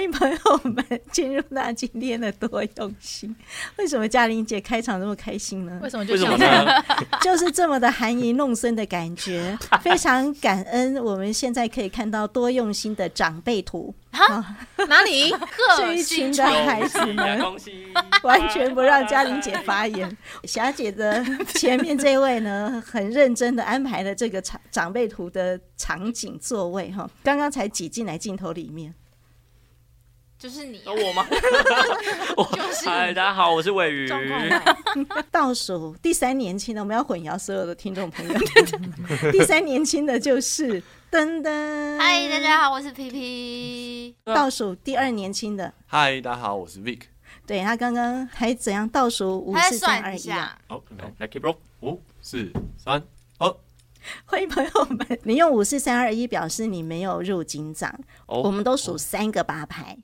迎朋友们进入到今天的多用心。为什么嘉玲姐开场这么开心呢？ 为什么就像这样？ 就是这么的含饴弄孙的感觉。非常感恩我们现在可以看到多用心的长辈图。 哪里？ 这一群的孩子们完全不让嘉玲姐发言。霞姐的前面这位呢，很认真的安排了这个长辈图的场景座位哈，刚刚才挤进来镜头里面。 就是你、 我吗？ 就是嗨，大家好，我是尾鱼。 倒数第三年轻的，我们要混淆所有的听众朋友。第三年轻的就是噔噔， 嗨，大家好，我是皮皮。 倒数第二年轻的， 嗨，大家好，我是 Vic。 对，他刚刚还怎样倒数5、4、3、2、1啊？ 好，来 keep roll， 5、4、3、2。 欢迎朋友们，你用5、4、3、2、1表示你没有入金藏。我们都数3个8拍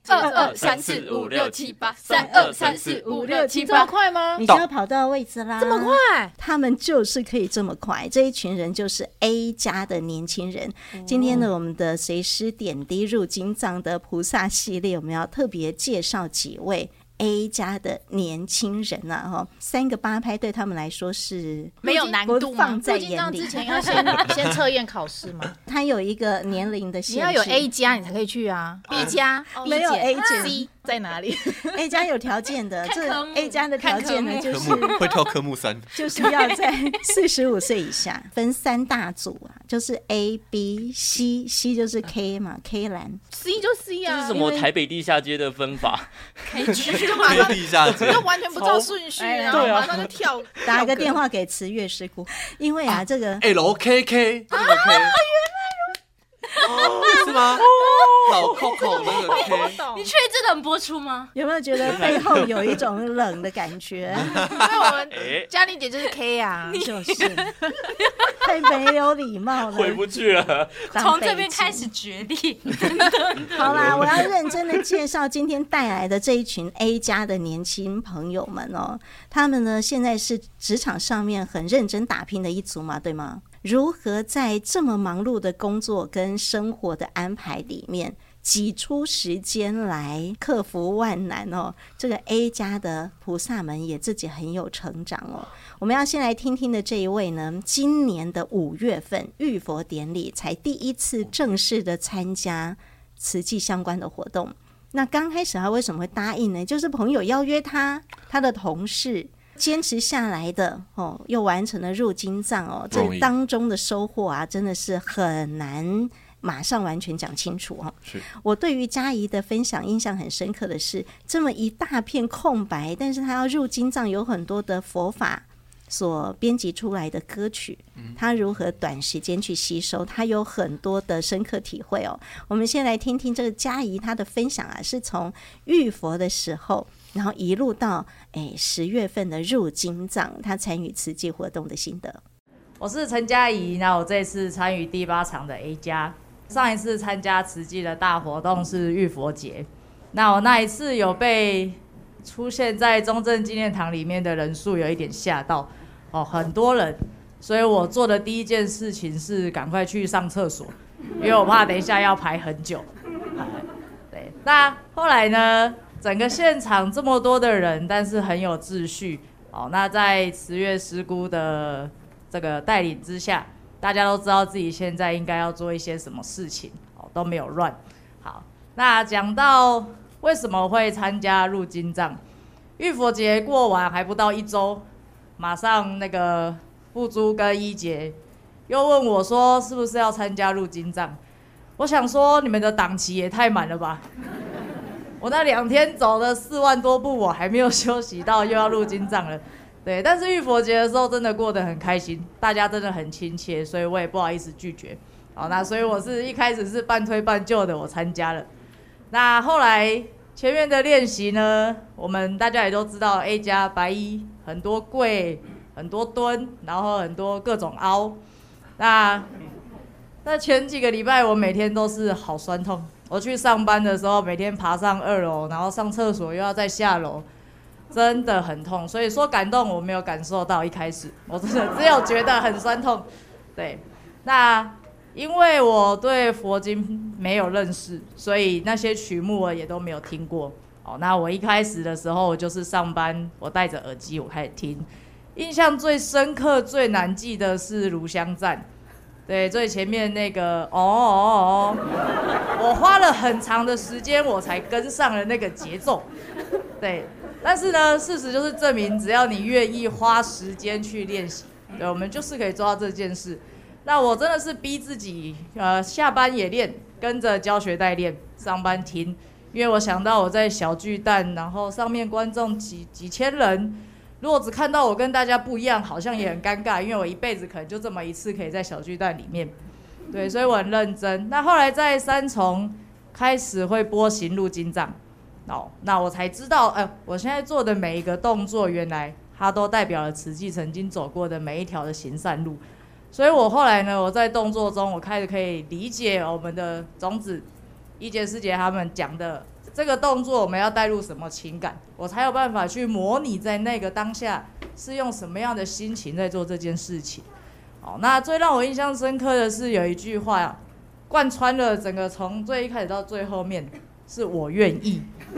，2、2、3、4、5、6、7、8，3、2、3、4、5、6、7、8， 这么快吗？ 你就要跑到位置啦。 这么快？ 他们就是可以这么快。这一群人就是 A 家的年轻人。今天呢，我们的随师点滴入金藏的菩萨系列，我们要特别介绍几位A 家的年轻人啊，3个8拍对他们来说是没有难度吗？ 放在眼里。 之前要先测验考试吗？ 他有一个年龄的限制， 你要有 A 加你才可以去啊 ，B 加没有 A 加 C 在哪里 ？A 加有条件的，这 A 加的条件呢，就是会跳科目3， 就是要在45岁以下，分3大组啊，就是 A、B、C，C 就是 K 嘛 ，K 栏 ，C 就 C 啊， 这是什么台北地下街的分法？ 可以去就马上地下街就完全不照顺序，然后马上就跳。 打一个电话给慈月师姑，因为这个 LKK 这个 K， 是吗？老 Coco 那个 K， 你确定这能播出吗？ 有没有觉得背后有一种冷的感觉？ 因为我们嘉玲姐就是 K 啊， 就是太没有礼貌了， 回不去了。 从这边开始决定。 好啦，我要认真的介绍今天带来的这一群 A 家的年轻朋友们哦。他们呢，现在是职场上面很认真打拼的一族嘛，对吗？如何在这么忙碌的工作跟生活的安排里面挤出时间来克服万难哦？这个 A 家的菩萨们也自己很有成长哦。我们要先来听听的这一位呢，今年的5月份浴佛典礼才第一次正式的参加慈济相关的活动。那刚开始他为什么会答应呢？就是朋友邀约他的同事坚持下来的哦，又完成了入金藏哦，这当中的收获啊，真的是很难马上完全讲清楚哦。我对于嘉怡的分享印象很深刻的是，这么一大片空白，但是他要入金藏，有很多的佛法所编辑出来的歌曲，他如何短时间去吸收，他有很多的深刻体会哦。我们先来听听这个嘉怡她的分享啊，是从浴佛的时候，然后一路到10月份的入金藏，他参与慈济活动的心得。 我是陈嘉怡，那我这次参与第8场的 A 加，上一次参加慈济的大活动是浴佛节，那我那一次有被出现在中正纪念堂里面的人数有一点吓到哦，很多人，所以我做的第一件事情是赶快去上厕所，因为我怕等一下要排很久。对，那后来呢，整个现场这么多的人，但是很有秩序哦。那在慈月师姑的这个带领之下，大家都知道自己现在应该要做一些什么事情哦，都没有乱。好，那讲到为什么会参加入金藏，浴佛节过完还不到1周，马上那个富珠跟一杰又问我说，是不是要参加入金藏？我想说，你们的档期也太满了吧！我那2天走了4万多步，我还没有休息到，又要入金藏了。对，但是浴佛节的时候真的过得很开心，大家真的很亲切，所以我也不好意思拒绝。好，那所以我是一开始是半推半就的，我参加了。那后来前面的练习呢，我们大家也都知道 ，A 加白衣很多跪，很多蹲，然后很多各种凹。那前几个礼拜我每天都是好酸痛。我去上班的时候，每天爬上2楼，然后上厕所又要再下楼，真的很痛。所以说感动我没有感受到，一开始我真的只有觉得很酸痛。对，那因为我对佛经没有认识，所以那些曲目我也都没有听过。那我一开始的时候，我就是上班，我戴着耳机，我开始听。印象最深刻、最难记的是炉香赞，对，最前面那个我花了很长的时间，我才跟上了那个节奏，对。但是呢，事实就是证明，只要你愿意花时间去练习，对，我们就是可以做到这件事。那我真的是逼自己，下班也练，跟着教学带练，上班听，因为我想到我在小巨蛋，然后上面观众几千人，如果只看到我跟大家不一样，好像也很尴尬，因为我一辈子可能就这么一次可以在小巨蛋里面，对，所以我很认真。那后来在三重开始会播行路经藏，那我才知道，我现在做的每一个动作，原来它都代表了慈济曾经走过的每一条的行善路。所以我后来呢，我在动作中，我开始可以理解我们的种子一姐师姐他们讲的这个动作，我们要带入什么情感，我才有办法去模拟在那个当下是用什么样的心情在做这件事情。那最让我印象深刻的是有一句话贯穿了整个从最一开始到最后面，是我愿意。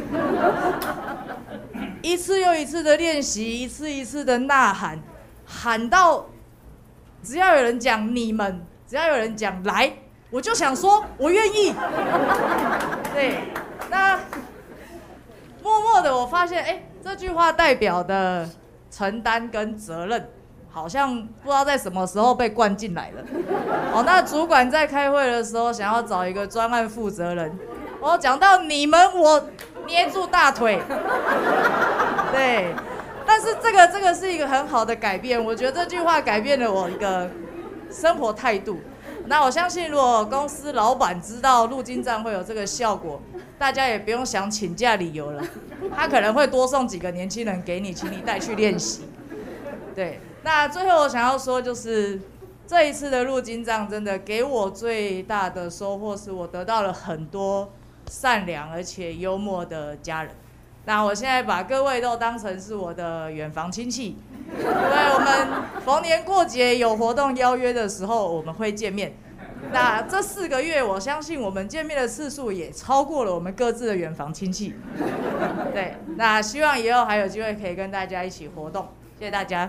一次又一次的练习，一次一次的呐喊，喊到只要有人讲你们，只要有人讲来，我就想说我愿意。对，那默默的我发现，这句话代表的承担跟责任，好像不知道在什么时候被灌进来了。那主管在开会的时候想要找一个专案负责人，我讲到你们，我捏住大腿。对。但是这个是一个很好的改变，我觉得这句话改变了我一个生活态度。那我相信，如果公司老板知道路经藏会有这个效果，大家也不用想请假理由了，他可能会多送几个年轻人给你，请你带去练习。对，那最后我想要说，就是这一次的路经藏真的给我最大的收获，是我得到了很多善良而且幽默的家人。那我现在把各位都当成是我的远房亲戚，因为我们逢年过节有活动邀约的时候，我们会见面。那这4个月，我相信我们见面的次数也超过了我们各自的远房亲戚。对，那希望以后还有机会可以跟大家一起活动，谢谢大家。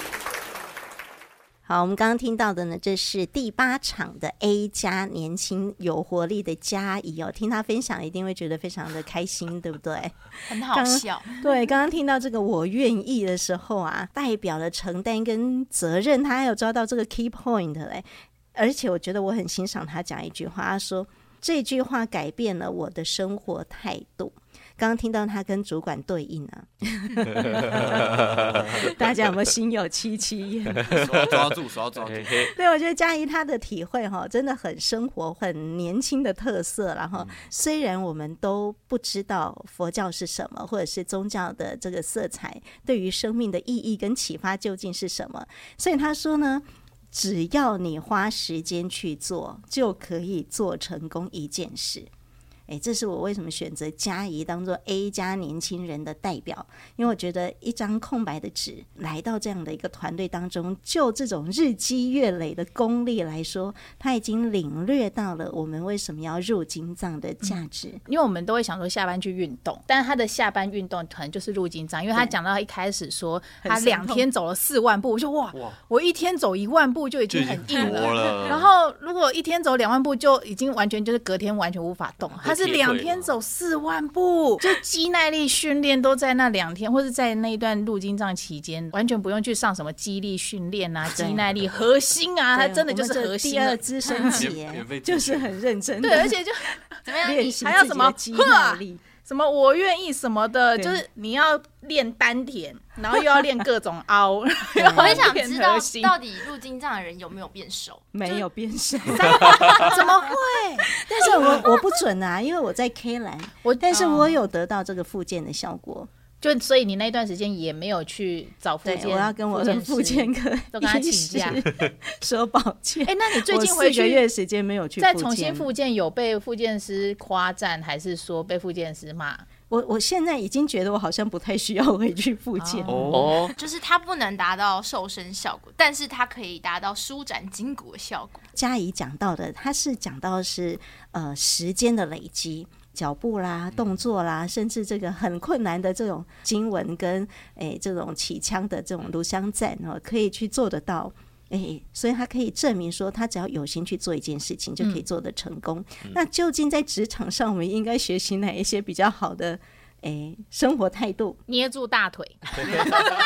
好，我们刚刚听到的呢，这是第8场的 A 加年轻有活力的佳怡哦，听他分享一定会觉得非常的开心，对不对？ 很好笑。 对，刚刚听到这个我愿意的时候啊，代表了承担跟责任，他还有抓到这个 key point 嘞。而且我觉得我很欣赏他讲一句话，他说这句话改变了我的生活态度。刚刚听到他跟主管对应啊，大家有没有心有戚戚焉？ 抓住。 对，我觉得佳怡她的体会真的很生活、很年轻的特色。然后虽然我们都不知道佛教是什么，或者是宗教的这个色彩对于生命的意义跟启发究竟是什么，所以他说呢，只要你花时间去做，就可以做成功一件事。这是我为什么选择佳怡当做 A 加年轻人的代表，因为我觉得一张空白的纸来到这样的一个团队当中，就这种日积月累的功力来说，他已经领略到了我们为什么要入经藏的价值。 因为我们都会想说下班去运动，但是他的下班运动可能就是入经藏，因为他讲到一开始说他2天走了4万步，我说哇，我1天走1万步就已经很硬了，然后如果1天走2万步就已经完全就是隔天完全无法动，他是2天走4万步，就肌耐力训练都在那2天，或是在那一段入经藏期间，完全不用去上什么肌力训练啊、肌耐力、核心啊，它真的就是核心。 第2资深节就是很认真的， 对，而且就怎么样练习还要什么肌耐力。 什么我愿意什么的，就是你要练丹田，然后又要练各种凹， 我很想知道到底入经藏的人有没有变瘦？ 没有变瘦， 怎么会？ 但是我不准啊，因为我在 K 蓝，但是我有得到这个复健的效果。 就所以你那段时间也没有去找复健， 我要跟我的复健科都跟他请假说抱歉。 那你最近回去 4个月时间没有去复健， 再重新复健，有被复健师夸赞，还是说被复健师骂？ 我现在已经觉得我好像不太需要回去复健就是它不能达到瘦身效果，但是它可以达到舒展筋骨的效果。 嘉怡讲到的，他是讲到是时间的累积，脚步啦、动作啦，甚至这个很困难的这种经文跟这种起枪的这种炉香赞可以去做得到。所以他可以证明说，他只要有心去做一件事情，就可以做得成功。那究竟在职场上，我们应该学习哪一些比较好的生活态度？ 捏住大腿， 捏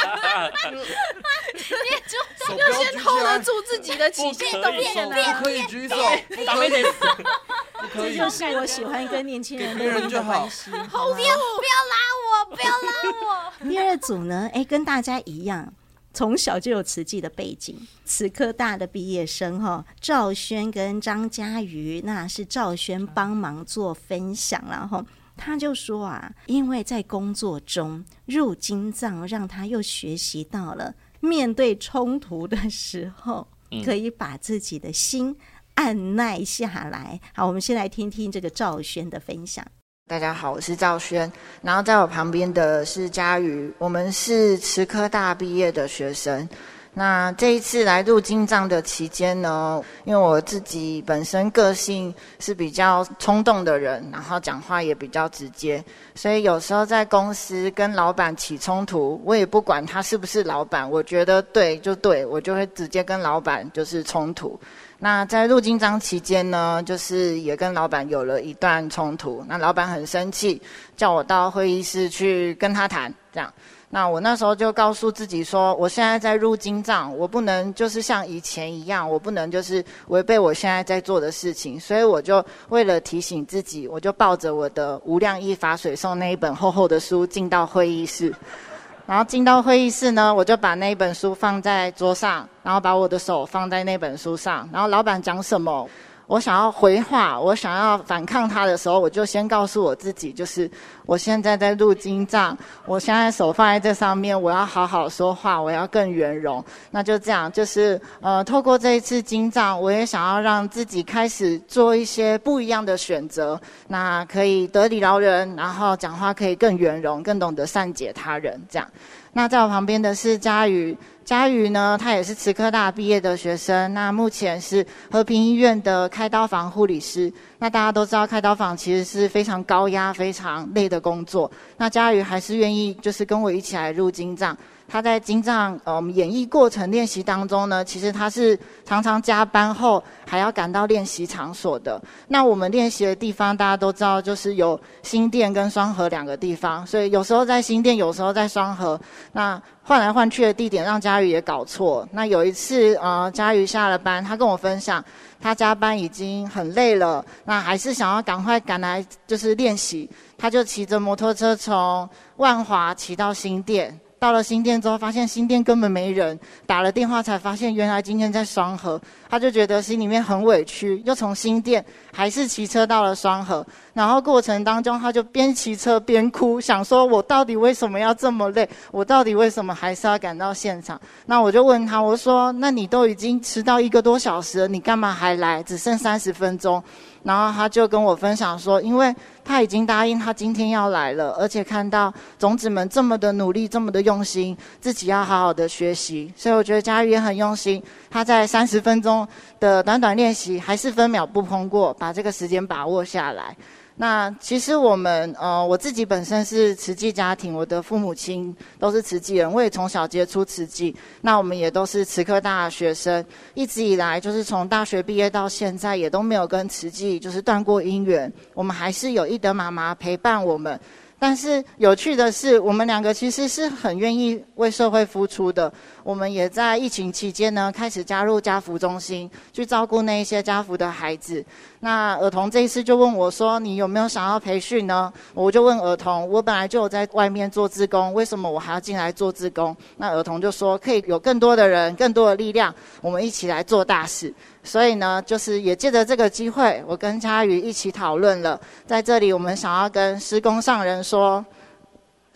住， 要先 hold 得住自己的起心动念不可以举手， 打没得这就是我喜欢跟年轻人的关系。 后面不要拉我，不要拉我。 第二组呢，跟大家一样，从小就有慈济的背景，慈科大的毕业生赵轩跟张嘉瑜，那是赵轩帮忙做分享，然后他就说因为在工作中入经藏，让他又学习到了面对冲突的时候，可以把自己的心按耐下来。好，我们先来听听这个赵轩的分享。 大家好，我是赵轩，然后在我旁边的是嘉瑜，我们是慈科大毕业的学生。那这一次来入经藏的期间呢，因为我自己本身个性是比较冲动的人，然后讲话也比较直接，所以有时候在公司跟老板起冲突，我也不管他是不是老板，我觉得对就对，我就会直接跟老板就是冲突。那在入经藏期间呢，就是也跟老板有了一段冲突，那老板很生气，叫我到会议室去跟他谈，这样。那我那时候就告诉自己说，我现在在入经藏，我不能就是像以前一样，我不能就是违背我现在在做的事情，所以我就为了提醒自己，我就抱着我的无量义法水颂那一本厚厚的书进到会议室。然后进到会议室呢，我就把那一本书放在桌上，然后把我的手放在那本书上，然后老板讲什么，我想要回话，我想要反抗他的时候，我就先告诉我自己，就是我现在在入经藏，我现在手放在这上面，我要好好说话，我要更圆融。那就这样，就是透过这一次经藏，我也想要让自己开始做一些不一样的选择，那可以得理饶人，然后讲话可以更圆融，更懂得善解他人，这样。那在我旁边的是嘉瑜，嘉瑜呢，他也是慈科大毕业的学生，那目前是和平医院的开刀房护理师。那大家都知道，开刀房其实是非常高压、非常累的工作。那嘉瑜还是愿意就是跟我一起来入经藏。他在经藏演艺过程练习当中呢，其实他是常常加班后还要赶到练习场所的。那我们练习的地方大家都知道，就是有新店跟双和两个地方，所以有时候在新店，有时候在双和，那换来换去的地点让嘉瑜也搞错。那有一次嘉瑜下了班，他跟我分享，他加班已经很累了，那还是想要赶快赶来就是练习，他就骑着摩托车从万华骑到新店。到了新店之后，发现新店根本没人，打了电话才发现原来今天在双和，他就觉得心里面很委屈，又从新店还是骑车到了双和，然后过程当中他就边骑车边哭，想说我到底为什么要这么累，我到底为什么还是要赶到现场。那我就问他，我说那你都已经迟到1个多小时了，你干嘛还来，只剩30分钟。然后他就跟我分享说，因为他已经答应他今天要来了，而且看到种子们这么的努力，这么的用心，自己要好好的学习，所以我觉得嘉瑜也很用心，他在30分钟的短短练习还是分秒不空过，把这个时间把握下来。那其实我们我自己本身是慈济家庭，我的父母亲都是慈济人，我也从小接触慈济，那我们也都是慈科大的学生，一直以来就是从大学毕业到现在也都没有跟慈济就是断过姻缘，我们还是有一德妈妈陪伴我们。但是有趣的是，我们两个其实是很愿意为社会付出的。我们也在疫情期间呢，开始加入家福中心，去照顾那一些家福的孩子。那儿童这一次就问我说，你有没有想要培训呢？我就问儿童，我本来就有在外面做志工，为什么我还要进来做志工？那儿童就说，可以有更多的人，更多的力量，我们一起来做大事。所以呢，就是也借着这个机会，我跟嘉瑜一起讨论了，在这里我们想要跟施工上人说，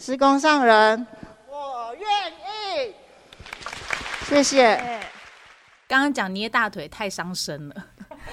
施工上人，我愿意。谢谢。 刚刚讲捏大腿太伤身了，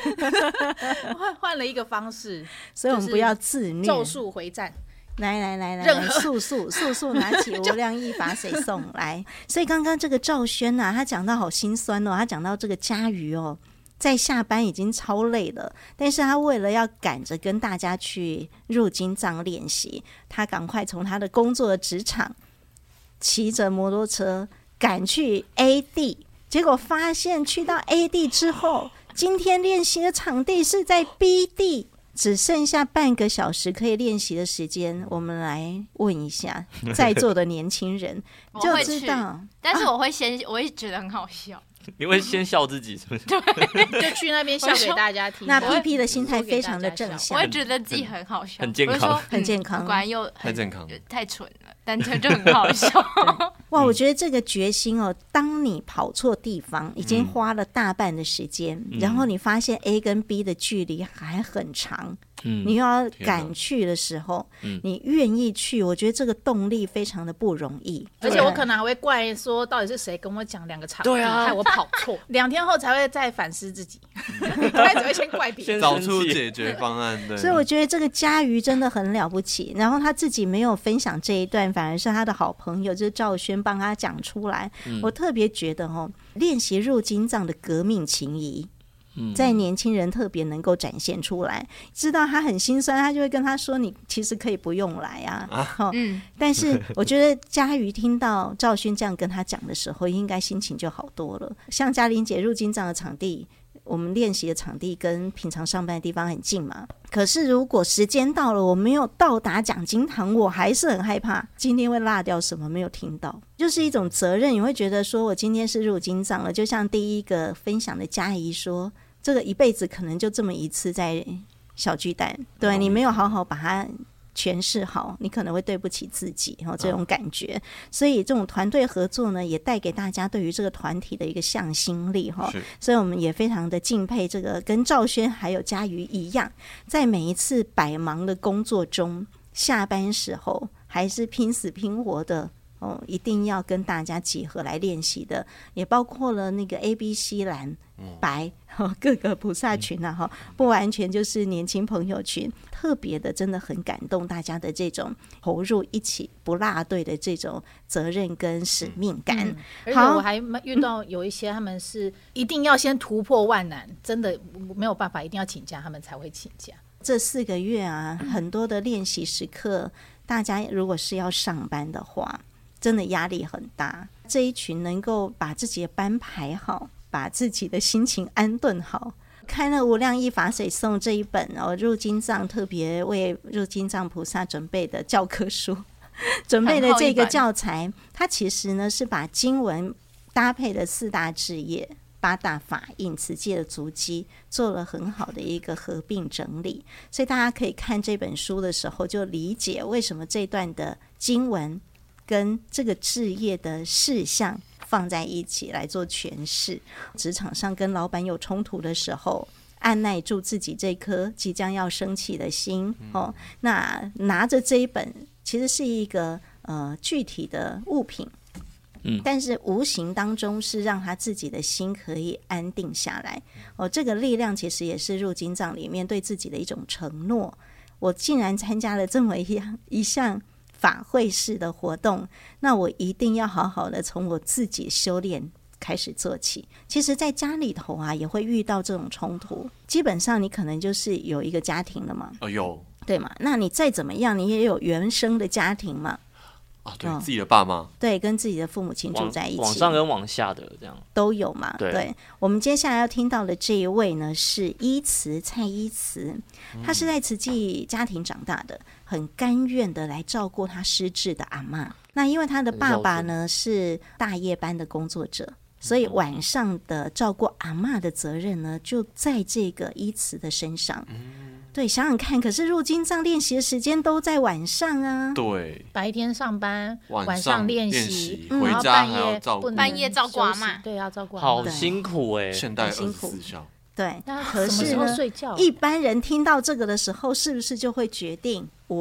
换了一个方式， 所以我们不要自虐。 咒术回战。 来，速速拿起无量义法水送来。所以刚刚这个赵轩啊，他讲到好心酸哦，他讲到这个佳瑜哦，在下班已经超累了，但是他为了要赶着跟大家去入金藏练习，他赶快从他的工作的职场骑着摩托车赶去 A 地，结果发现去到 A 地之后，今天练习的场地是在 B 地，只剩下半个小时可以练习的时间。我们来问一下在座的年轻人就知道， 但是我会觉得很好笑。 你会先笑自己是不是？ 对，就去那边笑给大家听。 那 PP 的心态非常的正向， 我会觉得自己很好笑， 很健康， 很健康， 果然又太健康， 太蠢了，但就很好笑。 哇，我觉得这个决心哦，当你跑错地方，已经花了大半的时间，然后你发现 A 跟 B 的距离还很长，你又要赶去的时候，你愿意去，我觉得这个动力非常的不容易。 而且我可能还会怪说，到底是谁跟我讲2个场地，害我跑错。2天后才会再反思自己，开始会先怪别人， 找出解决方案。对， 所以我觉得这个佳瑜真的很了不起。然后他自己没有分享这一段，反而是他的好朋友就是赵轩帮他讲出来。我特别觉得练习入金藏的革命情谊，在年轻人特别能够展现出来。知道他很心酸，他就会跟他说：“你其实可以不用来啊。”但是我觉得佳瑜听到赵轩这样跟他讲的时候，应该心情就好多了。像嘉玲姐入金藏的场地，我们练习的场地跟平常上班的地方很近嘛。可是如果时间到了，我没有到达讲经堂，我还是很害怕今天会落掉什么没有听到，就是一种责任。你会觉得说我今天是入金藏了，就像第一个分享的佳怡说，这个一辈子可能就这么一次在小巨蛋，对，你没有好好把它诠释好，你可能会对不起自己这种感觉。所以这种团队合作呢，也带给大家对于这个团体的一个向心力所以我们也非常的敬佩这个跟赵轩还有佳瑜一样，在每一次百忙的工作中，下班时候还是拼死拼活的一定要跟大家结合来练习的，也包括了那个 ABC 蓝白各个菩萨群不完全就是年轻朋友群，特别的真的很感动大家的这种投入一起不落队的这种责任跟使命感。 而且我还遇到有一些他们是一定要先突破万难，真的没有办法，一定要请假他们才会请假。 这4个月啊，很多的练习时刻，大家如果是要上班的话，真的压力很大。这一群能够把自己的班排好，把自己的心情安顿好，看了无量义法水颂这一本入金藏特别为入金藏菩萨准备的教科书，准备的这个教材，它其实呢是把经文搭配的4大志业、8大法印、慈济的足迹做了很好的一个合并整理。所以大家可以看这本书的时候就理解为什么这段的经文跟这个志业的事项放在一起来做诠释。职场上跟老板有冲突的时候，按耐住自己这颗即将要生气的心那拿着这一本其实是一个具体的物品，但是无形当中是让他自己的心可以安定下来这个力量其实也是入金藏里面对自己的一种承诺。我竟然参加了这么一项法会式的活动，那我一定要好好的从我自己修炼开始做起。其实在家里头也会遇到这种冲突，基本上你可能就是有一个家庭了嘛有对嘛，那你再怎么样你也有原生的家庭嘛对，自己的爸妈， 对，跟自己的父母亲住在一起， 往上跟往下的这样都有嘛。 对， 我们接下来要听到的这一位呢是蔡依慈，他是在慈济家庭长大的，很甘愿的来照顾他失智的阿嬷。那因为他的爸爸呢是大夜班的工作者，所以晚上的照顾阿嬷的责任呢就在这个依慈的身上对，想想看，可是入金藏练习的时间都在晚上啊。 对， 白天上班，晚上练习， 回家还要照顾， 半夜照顾阿嬷， 对，要照顾阿嬷， 好辛苦现代24孝。 对， 可是呢， 一般人听到这个的时候，是不是就会决定我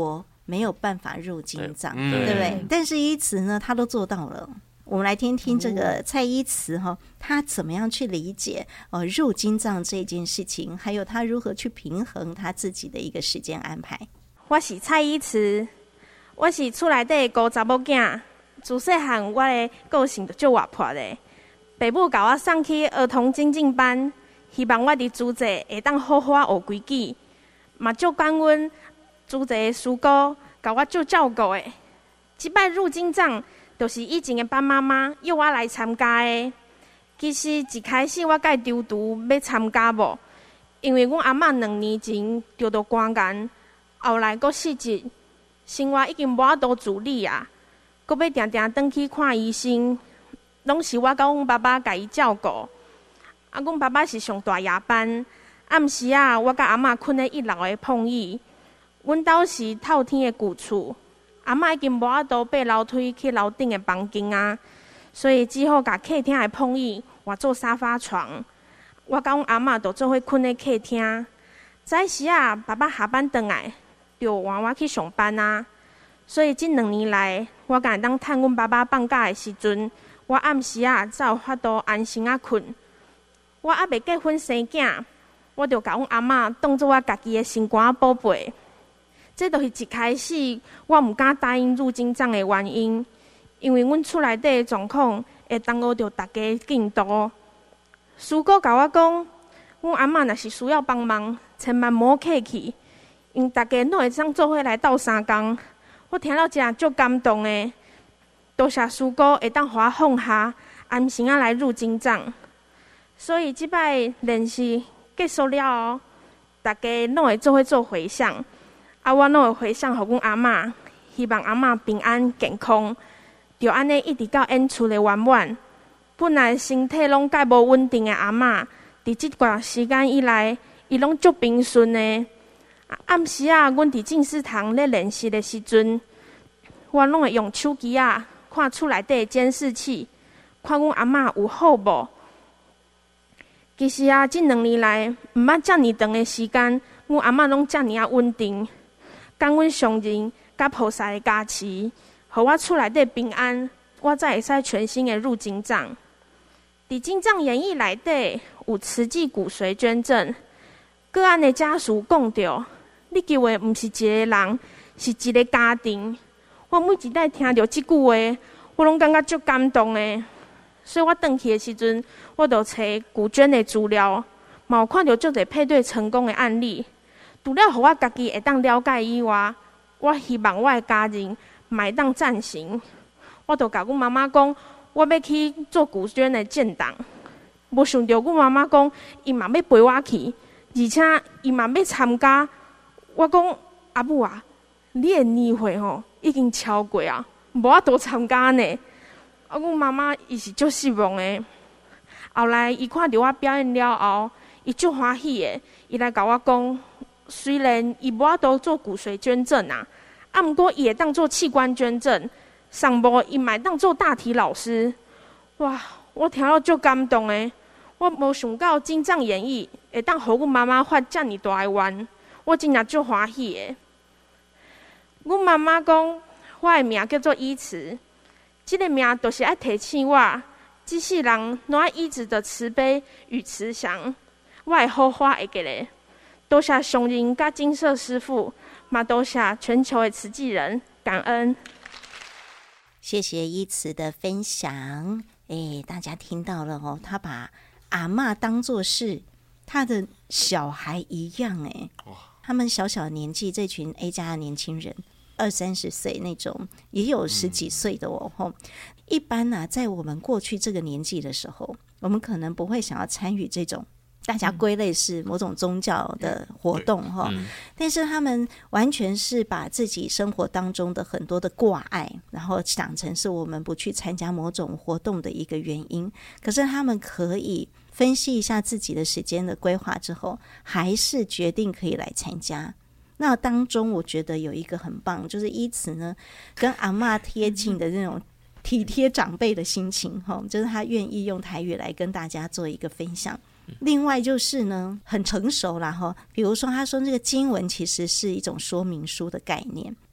没有办法入金藏， 对对不对？但是依慈呢，他都做到了。我们来听听这个蔡依慈他怎么样去理解入金藏这件事情，还有他如何去平衡他自己的一个时间安排。 我是蔡依慈，我是厝内底5查某囝，自细汉我的个性就足活泼的。爸母甲我送去儿童精进班，希望我伫主席会当好好学规矩，嘛足感恩主席的师姑甲我足照顾的。即摆入金藏，就是以前的班妈妈约我来参加的。其实一开始我甲伊丢毒要参加无，因为阮阿嬷2年前得到肝癌，后来阁失智，生活已经无法度自理啊，阁要定定转去看医生，拢是我甲阮爸爸甲伊照顾。阮爸爸是上大夜班，暗时我甲阿嬷困咧1楼的碰椅。阮兜是透天的旧厝，阿嬷已经无法度爬楼梯去楼顶的房间啊，所以只好甲客厅的碰椅换做沙发床。我甲阮阿嬷就做伙困咧客厅。早时爸爸下班回来，就换我去上班啊。所以这2年来，我敢当趁阮爸爸放假的时阵，我暗时才有法度安心困。我还未结婚生囝，我就甲阮阿嬷当作我家己的心肝宝贝。这就是一开始我毋敢答应入金藏的原因，因为阮厝内底的状况会耽误着大家进度。师姑甲我讲，阮阿嬷若是需要帮忙，千万莫客气，因大家拢会当做伙来斗3工。我听到这足感动的，多谢师姑会当互我放下，安心来入金藏。所以即摆练习结束了后，大家拢会做伙做回向。我拢会回向互阮阿嬷，希望阿嬷平安健康，就安尼一直到演出的圆满。本来身体拢介无稳定的阿嬷，伫即段时间以来，伊拢足平顺的。暗时阮伫静思堂咧练习的时阵，我拢会用手机看厝内底的监视器，看阮阿嬷有好无。其实这2年来，毋捌遮尔长的时间，阮阿嬷拢遮尔稳定。感恩上人甲菩萨的加持，互我厝内底平安，我才会使全心的入金藏。伫金藏演义内底有慈济骨髓捐赠，个案的家属讲着，你救的毋是一个人，是一个家庭。我每一摆听到即句话，我拢感觉足感动的。所以我回去的时阵，我就找骨捐的资料，嘛有看到足侪配对成功的案例。除了互我家己会当了解以外，我希望我的家人嘛会当赞成。我就甲阮妈妈讲，我要去做骨捐的建档。无想到阮妈妈讲，伊嘛要陪我去，而且伊嘛要参加。我讲阿母啊，你的年岁已经超过啊，无法度参加呢。阮妈妈伊是足失望的。后来伊看到我表演了后，伊足欢喜的，伊来甲我讲。虽然伊无法度做骨髓捐赠毋过伊会当做器官捐赠，上无伊嘛会当做大体老师。哇！我听到足感动的，我无想到金藏演义会当互阮妈妈发遮尔大的愿，我真正足欢喜的。阮妈妈讲，我的名叫做依慈，这个名就是爱提醒我，这世人拢爱依止着慈悲与慈祥，我会好好会记咧。多谢上人甲金色师父，嘛多谢全球的慈济人，感恩。 谢谢依慈的分享。大家听到了他把阿嬷当作是他的小孩一样他们小小年纪，这群 A 家的年轻人，20-30岁那种，也有10几岁的一般在我们过去这个年纪的时候，我们可能不会想要参与这种大家归类是某种宗教的活动但是他们完全是把自己生活当中的很多的挂碍，然后想成是我们不去参加某种活动的一个原因。可是他们可以分析一下自己的时间的规划之后，还是决定可以来参加。那当中我觉得有一个很棒，就是依慈呢跟阿嬷贴近的那种体贴长辈的心情就是他愿意用台语来跟大家做一个分享。另外就是呢，很成熟啦比如说他说这个经文其实是一种说明书的概念，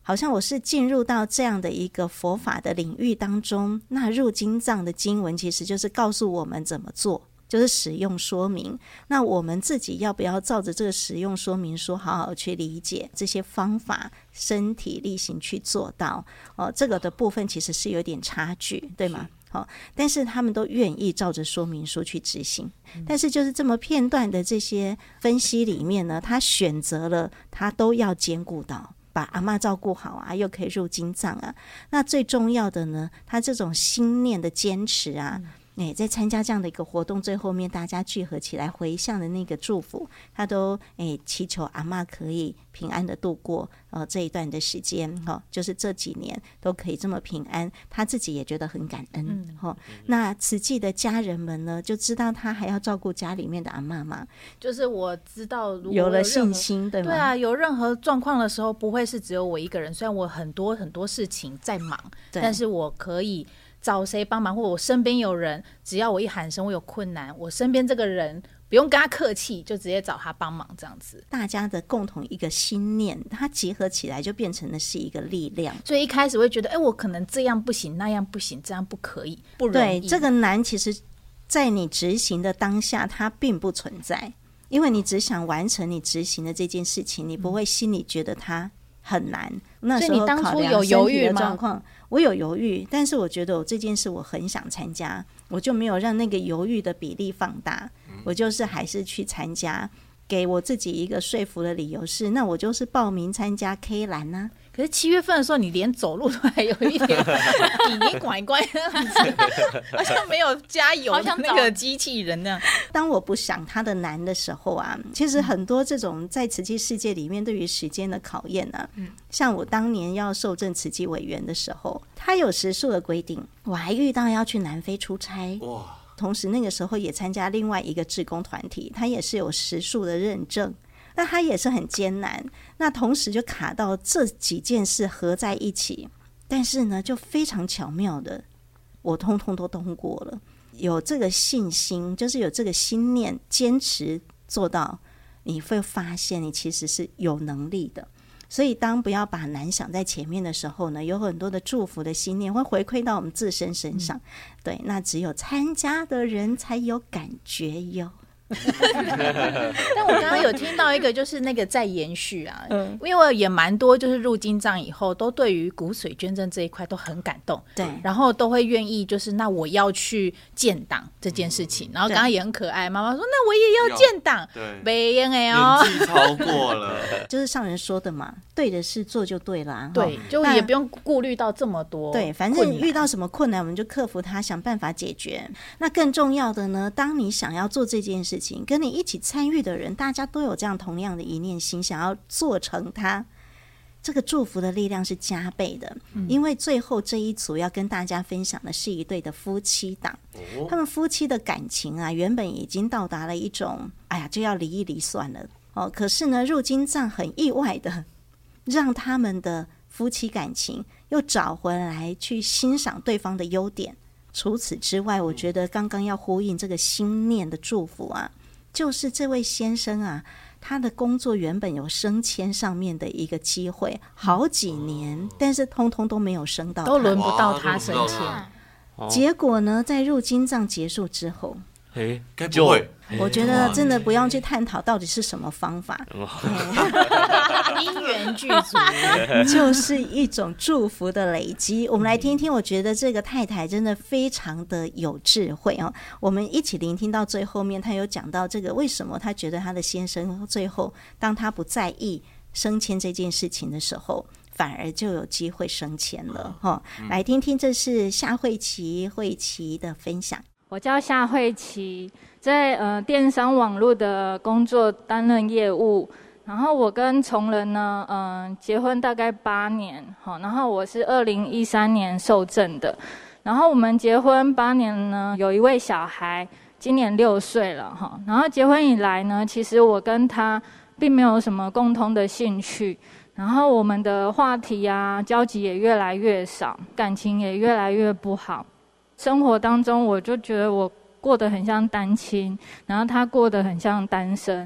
好像我是进入到这样的一个佛法的领域当中，那入经藏的经文其实就是告诉我们怎么做，就是使用说明。那我们自己要不要照着这个使用说明书好好去理解这些方法，身体力行去做到这个的部分其实是有点差距，对吗？但是他们都愿意照着说明书去执行。但是就是这么片段的这些分析里面呢，他选择了他都要兼顾到，把阿嬷照顾好啊，又可以入经藏啊。那最重要的呢，他这种心念的坚持啊，在参加这样的一个活动，最后面大家聚合起来回向的那个祝福，他都祈求阿嬷可以平安的度过这一段的时间就是这几年都可以这么平安，他自己也觉得很感恩那慈济的家人们呢，就知道他还要照顾家里面的阿嬷嘛， 就是我知道如果有了信心，对吗？ 对啊，有任何状况的时候，不会是只有我一个人。虽然我很多很多事情在忙，但是我可以找谁帮忙，或我身边有人，只要我一喊声我有困难，我身边这个人不用跟他客气，就直接找他帮忙，这样子。 大家的共同一个心念，它结合起来就变成的是一个力量。 所以一开始会觉得我可能这样不行，那样不行，这样不可以，不容易。 对，这个难其实在你执行的当下它并不存在，因为你只想完成你执行的这件事情，你不会心里觉得它很难。那时候考量身体的状况，我有犹豫，但是我觉得我这件事我很想参加，我就没有让那个犹豫的比例放大，我就是还是去参加，给我自己一个说服的理由是，那我就是报名参加 K 栏啊。 可是7月份的时候，你连走路都还有一点你拐拐那样子，好像没有加油那个机器人那样。 当我不想它的难的时候啊，其实很多这种在慈济世界里面对于时间的考验啊，像我当年要受证慈济委员的时候，他有时数的规定，我还遇到要去南非出差，哇！同时那个时候也参加另外一个志工团体，他也是有时数的认证。那他也是很艰难，那同时就卡到这几件事合在一起，但是呢就非常巧妙的我通通都通过了。有这个信心，就是有这个心念，坚持做到，你会发现你其实是有能力的。所以当不要把难想在前面的时候呢，有很多的祝福的心念会回馈到我们自身身上。对，那只有参加的人才有感觉哟。 但我刚刚有听到一个，就是那个在延续啊，因为也蛮多，就是入经藏以后，都对于骨髓捐赠这一块都很感动，对，然后都会愿意，就是那我要去建档这件事情。然后刚刚也很可爱，妈妈说那我也要建档，没用哎哦， 年纪超过了， 就是上人说的嘛，对的事做就对啦， 对，就也不用顾虑到这么多， 对，反正遇到什么困难，我们就克服它，想办法解决。那更重要的呢，当你想要做这件事情，跟你一起参与的人，大家都有这样同样的一念心，想要做成它，这个祝福的力量是加倍的。因为最后这一组要跟大家分享的是一对的夫妻档，他们夫妻的感情啊，原本已经到达了一种就要离一离算了可是呢，入经藏很意外的让他们的夫妻感情又找回来，去欣赏对方的优点。除此之外，我觉得刚刚要呼应这个心念的祝福啊，就是这位先生啊，他的工作原本有升迁上面的一个机会，好几年，但是通通都没有升到他， 都轮不到他升迁。 结果呢，在入经藏结束之后， 该不会？ 我觉得真的不用去探讨到底是什么方法， 因缘具足， 就是一种祝福的累积。我们来听听，我觉得这个太太真的非常的有智慧哦。我们一起聆听到最后面，她有讲到这个为什么她觉得她的先生最后当他不在意升迁这件事情的时候，反而就有机会升迁了来听听，这是夏慧琪的分享。 我叫夏慧琪，在电商网络的工作担任业务。然后我跟崇仁呢，结婚大概8年，然后我是2013年受证的。然后我们结婚8年呢，有一位小孩，今年6岁了哈。然后结婚以来呢，其实我跟他并没有什么共同的兴趣，然后我们的话题啊、交集也越来越少，感情也越来越不好。生活当中，我就觉得我过得很像单亲，然后他过得很像单身。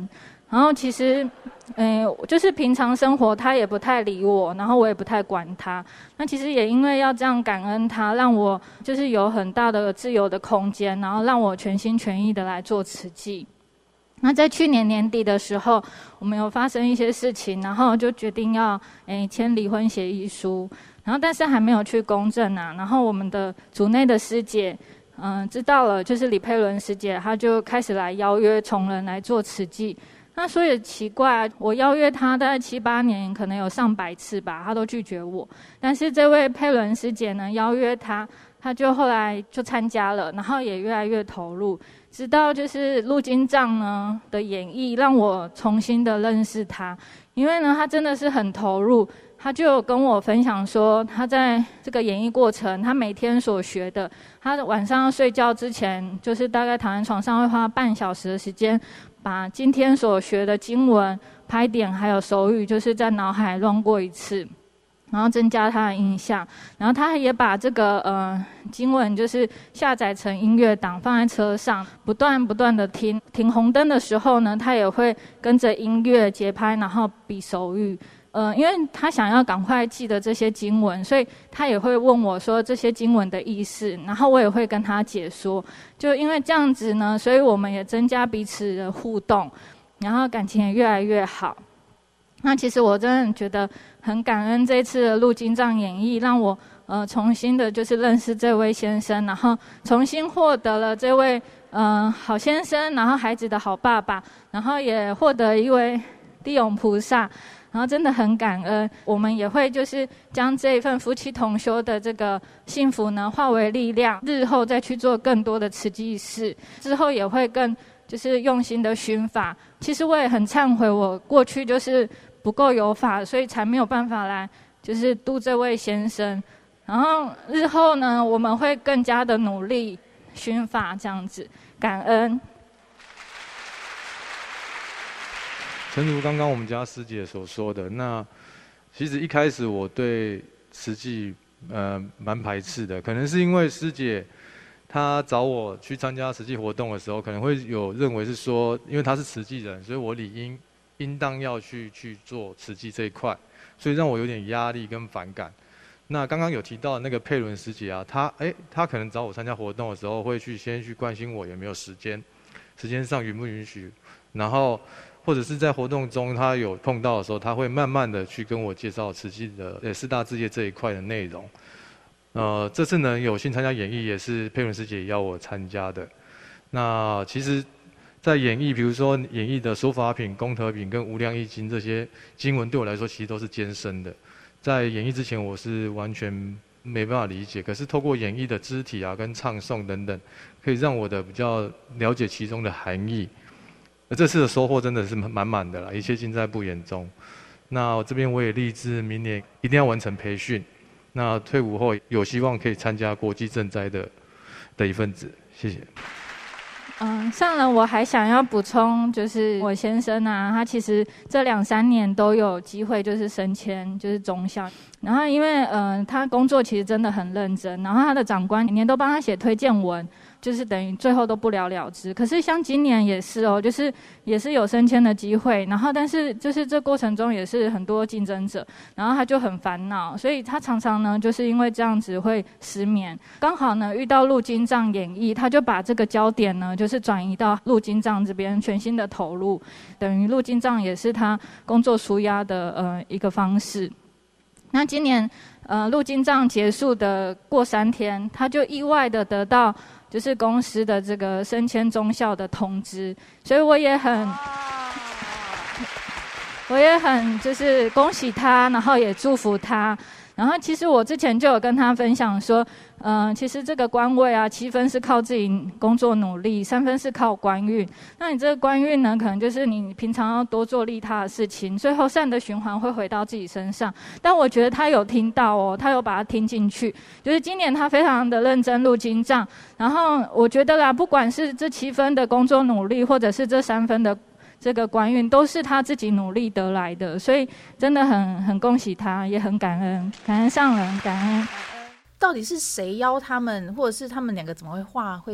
然后其实就是平常生活他也不太理我，然后我也不太管他。那其实也因为要这样感恩他，让我就是有很大的自由的空间，然后让我全心全意的来做慈济。那在去年年底的时候，我们有发生一些事情，然后就决定要签离婚协议书，然后但是还没有去公证啊。然后我们的组内的师姐知道了，就是李佩伦师姐，她就开始来邀约崇仁来做慈济。那所以奇怪，我邀约他大概7、8年，可能有上百次吧，他都拒绝我。但是这位佩伦师姐呢，邀约他就后来就参加了，然后也越来越投入，直到就是陆金藏呢的演绎，让我重新的认识他。因为呢，他真的是很投入，他就有跟我分享说，他在这个演绎过程，他每天所学的，他晚上要睡觉之前，就是大概躺在床上会花半小时的时间，把今天所学的经文、拍点还有手语，就是在脑海乱过一次，然后增加他的印象。然后他也把这个经文就是下载成音乐档，放在车上，不断的听。停红灯的时候呢，他也会跟着音乐节拍，然后比手语。因为他想要赶快记得这些经文，所以他也会问我说这些经文的意思，然后我也会跟他解说。就因为这样子呢，所以我们也增加彼此的互动，然后感情也越来越好。那其实我真的觉得很感恩这次的陆金藏演绎，让我重新的就是认识这位先生，然后重新获得了这位好先生，然后孩子的好爸爸，然后也获得一位地涌菩萨。然后真的很感恩，我们也会就是将这一份夫妻同修的这个幸福呢化为力量，日后再去做更多的慈济事，之后也会更就是用心的熏法。其实我也很忏悔，我过去就是不够有法，所以才没有办法来就是度这位先生。然后日后呢，我们会更加的努力熏法，这样子感恩。 诚如刚刚我们家师姐所说的，那其实一开始我对慈济蛮排斥的，可能是因为师姐她找我去参加慈济活动的时候，可能会有认为是说，因为她是慈济人，所以我理应当要去做慈济这一块，所以让我有点压力跟反感。那刚刚有提到那个佩伦师姐啊，她可能找我参加活动的时候，会先去关心我有没有时间上允不允许，然后或者是在活动中他有碰到的时候，他会慢慢的去跟我介绍慈济的4大志业这一块的内容。这次呢有幸参加演绎，也是佩伦师姐要我参加的。那其实在演绎，比如说演绎的说法品、功德品跟无量易经这些经文，对我来说其实都是艰深的。在演绎之前，我是完全没办法理解，可是透过演绎的肢体啊、跟唱诵等等，可以让我比较了解其中的含义。这次的收获真的是满满的啦，一切尽在不言中。那我这边我也立志明年一定要完成培训，那退伍后有希望可以参加国际赈灾的一份子。谢谢。 上人我还想要补充，就是我先生啊，他其实这2、3年都有机会就是升迁，就是中校。然后因为他工作其实真的很认真，然后他的长官每年都帮他写推荐文，就是等于最后都不了了之。可是像今年也是哦，就是也是有升迁的机会，然后但是就是这过程中也是很多竞争者，然后他就很烦恼，所以他常常呢就是因为这样子会失眠。刚好呢遇到陆金藏演绎，他就把这个焦点呢就是转移到陆金藏这边，全心的投入，等于陆金藏也是他工作抒压的一个方式。那今年陆金藏结束的过3天，他就意外的得到就是公司的这个升迁中校的通知，所以我也很就是恭喜他，然后也祝福他。然后其实我之前就有跟他分享说，其实这个官位啊，7分是靠自己工作努力，3分是靠官运。那你这个官运呢，可能就是你平常要多做利他的事情，最后善的循环会回到自己身上。但我觉得他有听到哦，他有把它听进去。就是今年他非常的认真入经藏，然后我觉得啦，不管是这7分的工作努力，或者是这3分的这个官运，都是他自己努力得来的，所以真的很恭喜他，也很感恩上人，感恩。 到底是谁邀他们，或者是他们2个怎么会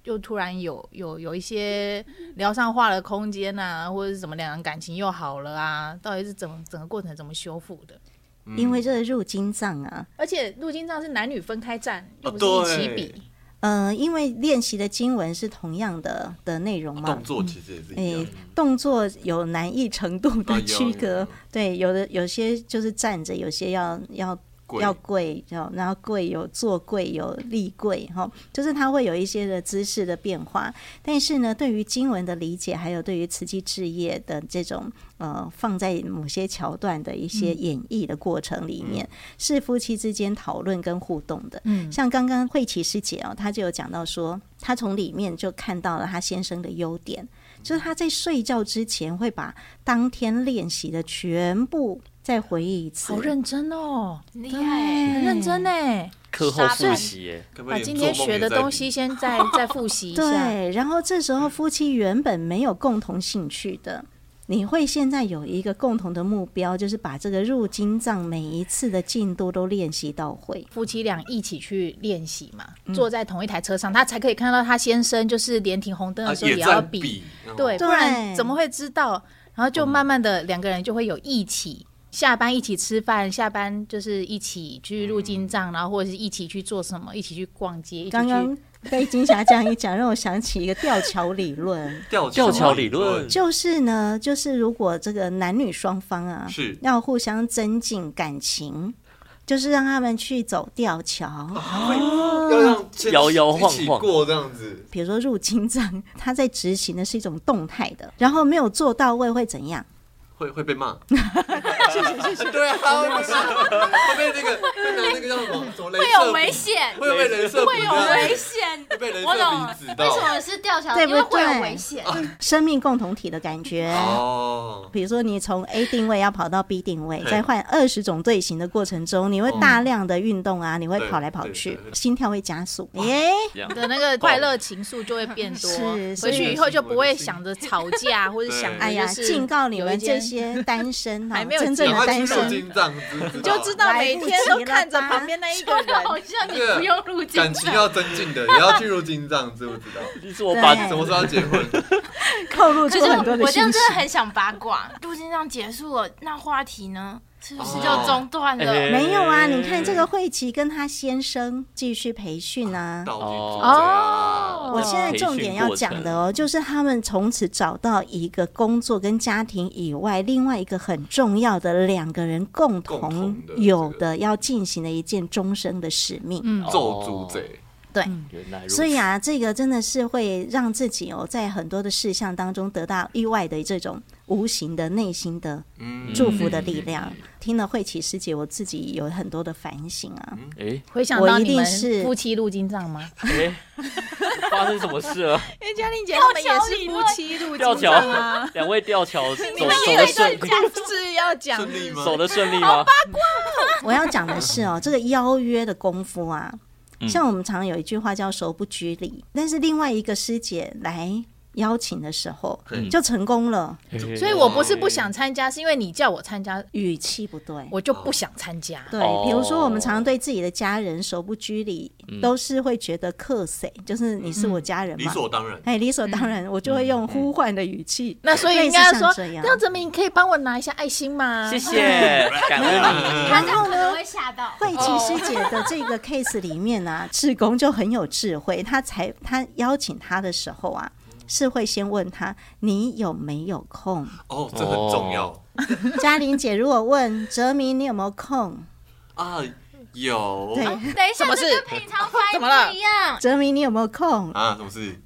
又突然有一些聊上话的空间啊，或者是怎么两人感情又好了啊？到底是整个过程怎么修复的？ 因为这个入经藏啊， 而且入经藏是男女分开站，又不是一起比。 因为练习的经文是同样的内容嘛， 动作其实也是一样， 动作有难易程度的区隔，对，有些就是站着，有些要跪，然后跪有坐跪有立跪，就是它会有一些的姿势的变化。但是呢，对于经文的理解，还有对于慈济志业的这种放在某些桥段的一些演绎的过程里面，是夫妻之间讨论跟互动的。像刚刚慧琪师姐她就有讲到说，她从里面就看到了她先生的优点，就是他在睡觉之前会把当天练习的全部再回忆一次。 好认真哦， 厉害， 很认真哎， 课后复习耶， 把今天学的东西先再复习一下。 对，然后这时候夫妻原本没有共同兴趣的，你会现在有一个共同的目标，就是把这个入经藏每一次的进度都练习到会。 夫妻俩一起去练习嘛，坐在同一台车上，他才可以看到他先生就是连停红灯的时候也要比，对，不然怎么会知道？然后就慢慢的两个人就会有一起下班一起吃饭，下班就是一起去入经藏，然后或者是一起去做什么，一起去逛街。 刚刚被金霞这样一讲，让我想起一个吊桥理论。 吊桥理论就是呢，就是如果这个男女双方啊， 是要互相增进感情，就是让他们去走吊桥， 要让摇摇晃晃过这样子。 比如说入经藏，他在执行的是一种动态的，然后没有做到位会怎样？ 会被骂， 谢谢。 对啊，会被那个拿那个叫什么会有危险， 会被人设， 会有危险， 会被人设我懂指到。 为什么是吊桥？ 对不对？ 因为会有危险， 生命共同体的感觉。 哦， 比如说你从 A 定位要跑到 B 定位，在换20种队形的过程中，你会大量的运动啊，你会跑来跑去，心跳会加速， 你的那个快乐情愫就会变多。回去以后就不会想着吵架，或者想着就是警告你们这些单身还没有真正的单身， 你就知道每天都看着旁边那一个人， 好像你不用入经藏， 感情要增进的也要去入经藏，知不知道？ 你说我把什么时候要结婚？ 透露出很多的信息。 我这样真的很想八卦，入经藏结束了，那话题呢？是不是就中断了？ 没有啊，你看这个慧琪跟她先生继续培训啊。我现在重点要讲的就是他们从此找到一个工作跟家庭以外另外一个很重要的两个人共同有的要进行的一件终生的使命。 咒主贼。 对，所以啊，这个真的是会让自己在很多的事项当中得到意外的这种无形的内心的祝福的力量。听了慧琪师姐，我自己有很多的反省啊。 回想到你们夫妻入经藏吗？ 发生什么事了？ 因为嘉玲姐他们也是夫妻入经藏啊， 两位吊桥走的顺利，是要讲走的顺利吗？ 好八卦。 我要讲的是这个邀约的功夫啊。像我们常有一句话叫手不拘礼，但是另外一个师姐来邀请的时候就成功了。 所以我不是不想参加，是因为你叫我参加， 语气不对， 我就不想参加。 对，比如说我们常常对自己的家人手不拘礼，都是会觉得客谁，就是你是我家人嘛， 理所当然。 理所当然，我就会用呼唤的语气。 那所以应该说，廖哲明，你可以帮我拿一下爱心吗？ 谢谢，感恩你。 然后呢， 会吓到慧琪师姐的这个 case 里面啊，志工就很有智慧，他邀请他的时候啊。是会先问他你有没有空这很重要。 嘉玲姐如果问哲明你有没有空啊，有。 对， 等一下，这跟平常翻译不一样。 哲明你有没有空啊？什么事？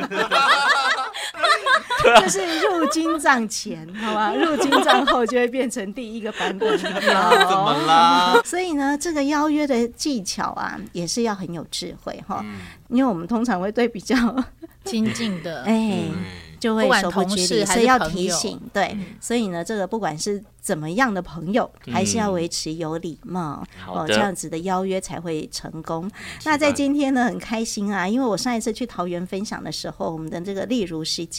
这是入经藏前，好吧？入经藏后就会变成第一个版本。怎么啦？ 所以呢，这个邀约的技巧啊，也是要很有智慧哈。因为我们通常会对比较亲近的， 就会手不拘礼，所以要提醒。对，所以呢，这个不管是怎么样的朋友，还是要维持有礼貌这样子的邀约才会成功。那在今天呢，很开心啊，因为我上一次去桃园分享的时候，我们的这个丽如师姐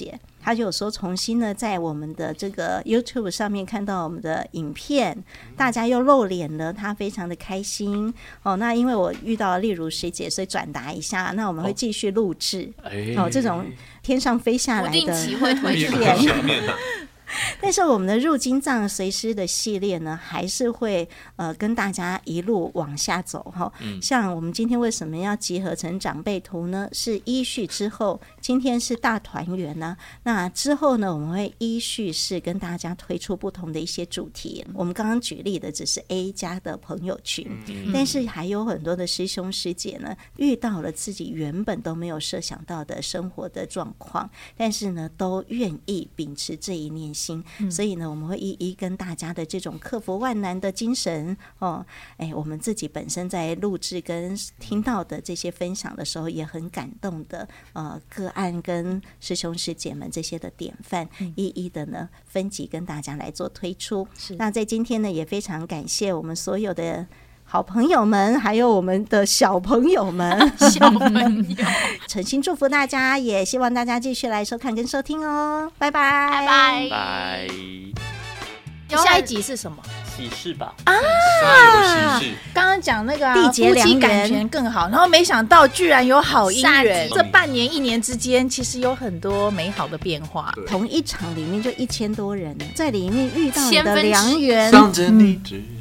他就有说重新呢在我们的这个 YouTube 上面看到我们的影片，大家又露脸了，他非常的开心那因为我遇到例如师姐，所以转达一下，那我们会继续录制这种天上飞下来的不定期会推出但是我们的入金藏随师的系列呢，还是会跟大家一路往下走像我们今天为什么要集合成长辈图呢？是依序之后，今天是大团圆呢，那之后呢，我们会依序是跟大家推出不同的一些主题。我们刚刚举例的只是 A 家的朋友群，但是还有很多的师兄师姐呢，遇到了自己原本都没有设想到的生活的状况，但是呢，都愿意秉持这一念心，所以呢，我们会一一跟大家的这种克服万难的精神我们自己本身在录制跟听到的这些分享的时候，也很感动的个案跟师兄师姐们这些的典范，一一的呢分级跟大家来做推出。那在今天呢，也非常感谢我们所有的好朋友们，还有我们的小朋友们小朋友诚心祝福大家，也希望大家继续来收看跟收听哦，拜拜拜拜拜。 下一集是什么？ 喜事吧有喜事， 刚刚讲那个缔结夫妻良缘感情更好，然后没想到居然有好姻缘。 下集这半年一年之间，其实有很多美好的变化。 同一场里面就1000多人，在里面遇到你的 1000分之良缘， 向着你直